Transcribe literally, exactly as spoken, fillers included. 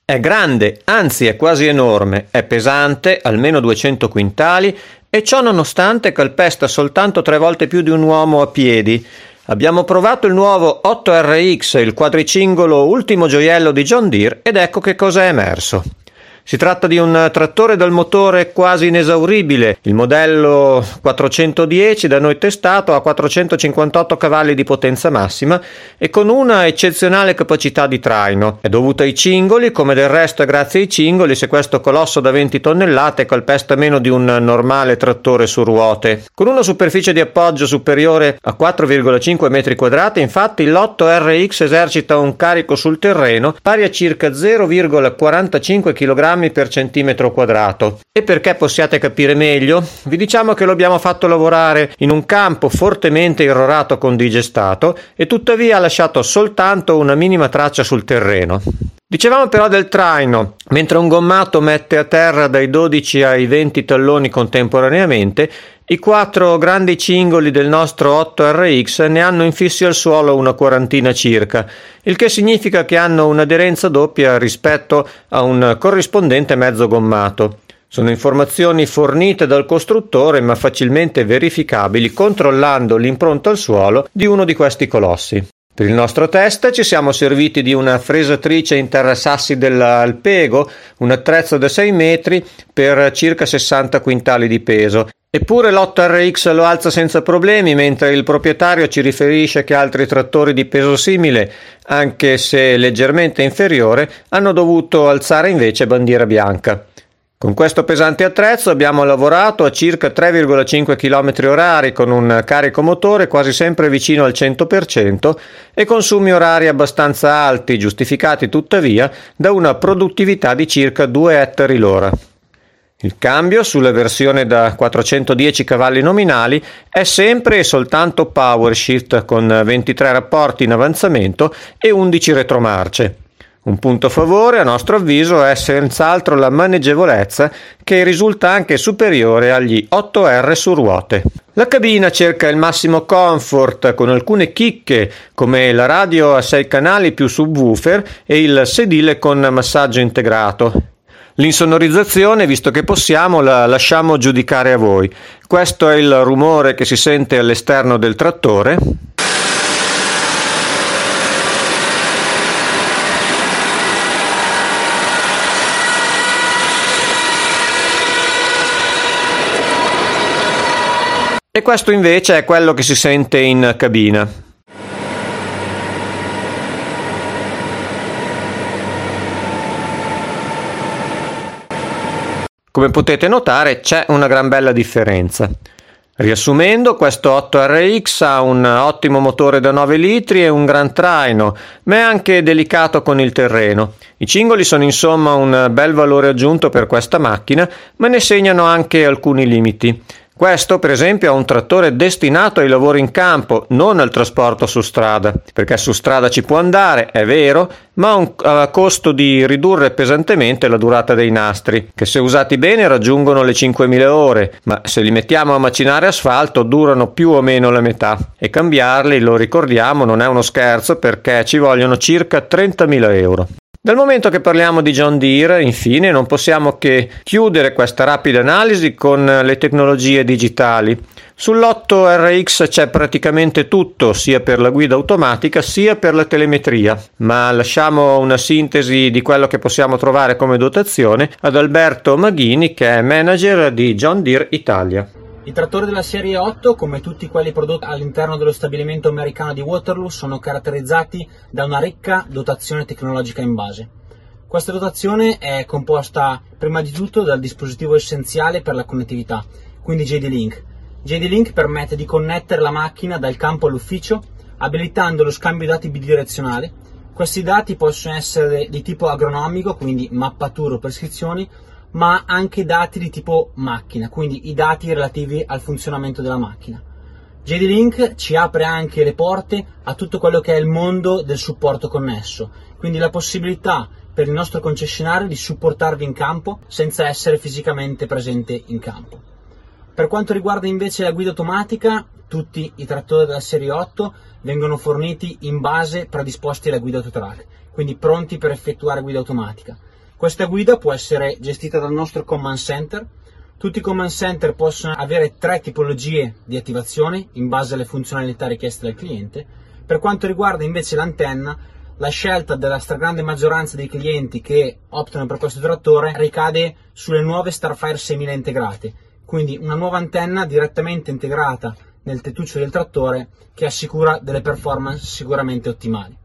È grande, anzi è quasi enorme, è pesante, almeno duecento quintali, e ciò nonostante calpesta soltanto tre volte più di un uomo a piedi. Abbiamo provato il nuovo otto R X, il quadricingolo ultimo gioiello di John Deere, ed ecco che cosa è emerso. Si tratta di un trattore dal motore quasi inesauribile, il modello quattrocentodieci da noi testato ha quattrocentocinquantotto cavalli di potenza massima e con una eccezionale capacità di traino. È dovuta ai cingoli, come del resto è grazie ai cingoli se questo colosso da venti tonnellate calpesta meno di un normale trattore su ruote. Con una superficie di appoggio superiore a quattro virgola cinque metri quadrati, infatti l'otto R X esercita un carico sul terreno pari a circa zero virgola quarantacinque chilogrammi per centimetro quadrato. E perché possiate capire meglio, vi diciamo che lo abbiamo fatto lavorare in un campo fortemente irrorato con digestato e tuttavia ha lasciato soltanto una minima traccia sul terreno. Dicevamo però del traino. Mentre un gommato mette a terra dai dodici ai venti talloni contemporaneamente, i quattro grandi cingoli del nostro otto R X ne hanno infissi al suolo una quarantina circa, il che significa che hanno un'aderenza doppia rispetto a un corrispondente mezzo gommato. Sono informazioni fornite dal costruttore ma facilmente verificabili controllando l'impronta al suolo di uno di questi colossi. Per il nostro test ci siamo serviti di una fresatrice in terrasassi dell'Alpego, un attrezzo da sei metri per circa sessanta quintali di peso. Eppure l'otto R X lo alza senza problemi, mentre il proprietario ci riferisce che altri trattori di peso simile, anche se leggermente inferiore, hanno dovuto alzare invece bandiera bianca. Con questo pesante attrezzo abbiamo lavorato a circa tre virgola cinque chilometri orari con un carico motore quasi sempre vicino al cento per cento e consumi orari abbastanza alti, giustificati tuttavia da una produttività di circa due ettari l'ora. Il cambio sulla versione da quattrocentodieci cavalli nominali è sempre e soltanto power shift con ventitré rapporti in avanzamento e undici retromarce. Un punto a favore, a nostro avviso, è senz'altro la maneggevolezza, che risulta anche superiore agli otto R su ruote. La cabina cerca il massimo comfort con alcune chicche come la radio a sei canali più subwoofer e il sedile con massaggio integrato. L'insonorizzazione, visto che possiamo, la lasciamo giudicare a voi. Questo è il rumore che si sente all'esterno del trattore. E questo invece è quello che si sente in cabina. Come potete notare c'è una gran bella differenza. Riassumendo, questo otto R X ha un ottimo motore da nove litri e un gran traino, ma è anche delicato con il terreno. I cingoli sono insomma un bel valore aggiunto per questa macchina, ma ne segnano anche alcuni limiti. Questo, per esempio, è un trattore destinato ai lavori in campo, non al trasporto su strada, perché su strada ci può andare, è vero, ma ha un a costo di ridurre pesantemente la durata dei nastri, che se usati bene raggiungono le cinquemila ore, ma se li mettiamo a macinare asfalto durano più o meno la metà. E cambiarli, lo ricordiamo, non è uno scherzo perché ci vogliono circa trentamila euro. Dal momento che parliamo di John Deere, infine, non possiamo che chiudere questa rapida analisi con le tecnologie digitali. Sull'otto R X c'è praticamente tutto, sia per la guida automatica sia per la telemetria, ma lasciamo una sintesi di quello che possiamo trovare come dotazione ad Alberto Maghini, che è manager di John Deere Italia. I trattori della serie otto, come tutti quelli prodotti all'interno dello stabilimento americano di Waterloo, sono caratterizzati da una ricca dotazione tecnologica in base. Questa dotazione è composta prima di tutto dal dispositivo essenziale per la connettività, quindi J D Link. J D Link permette di connettere la macchina dal campo all'ufficio, abilitando lo scambio dati bidirezionale. Questi dati possono essere di tipo agronomico, quindi mappature o prescrizioni, ma anche dati di tipo macchina, quindi i dati relativi al funzionamento della macchina. J D Link ci apre anche le porte a tutto quello che è il mondo del supporto connesso, quindi la possibilità per il nostro concessionario di supportarvi in campo senza essere fisicamente presente in campo. Per quanto riguarda invece la guida automatica, tutti i trattori della serie otto vengono forniti in base predisposti alla guida Autotrack, quindi pronti per effettuare guida automatica. Questa guida può essere gestita dal nostro command center. Tutti i command center possono avere tre tipologie di attivazione in base alle funzionalità richieste dal cliente. Per quanto riguarda invece l'antenna, la scelta della stragrande maggioranza dei clienti che optano per questo trattore ricade sulle nuove Starfire seimila integrate, quindi una nuova antenna direttamente integrata nel tettuccio del trattore che assicura delle performance sicuramente ottimali.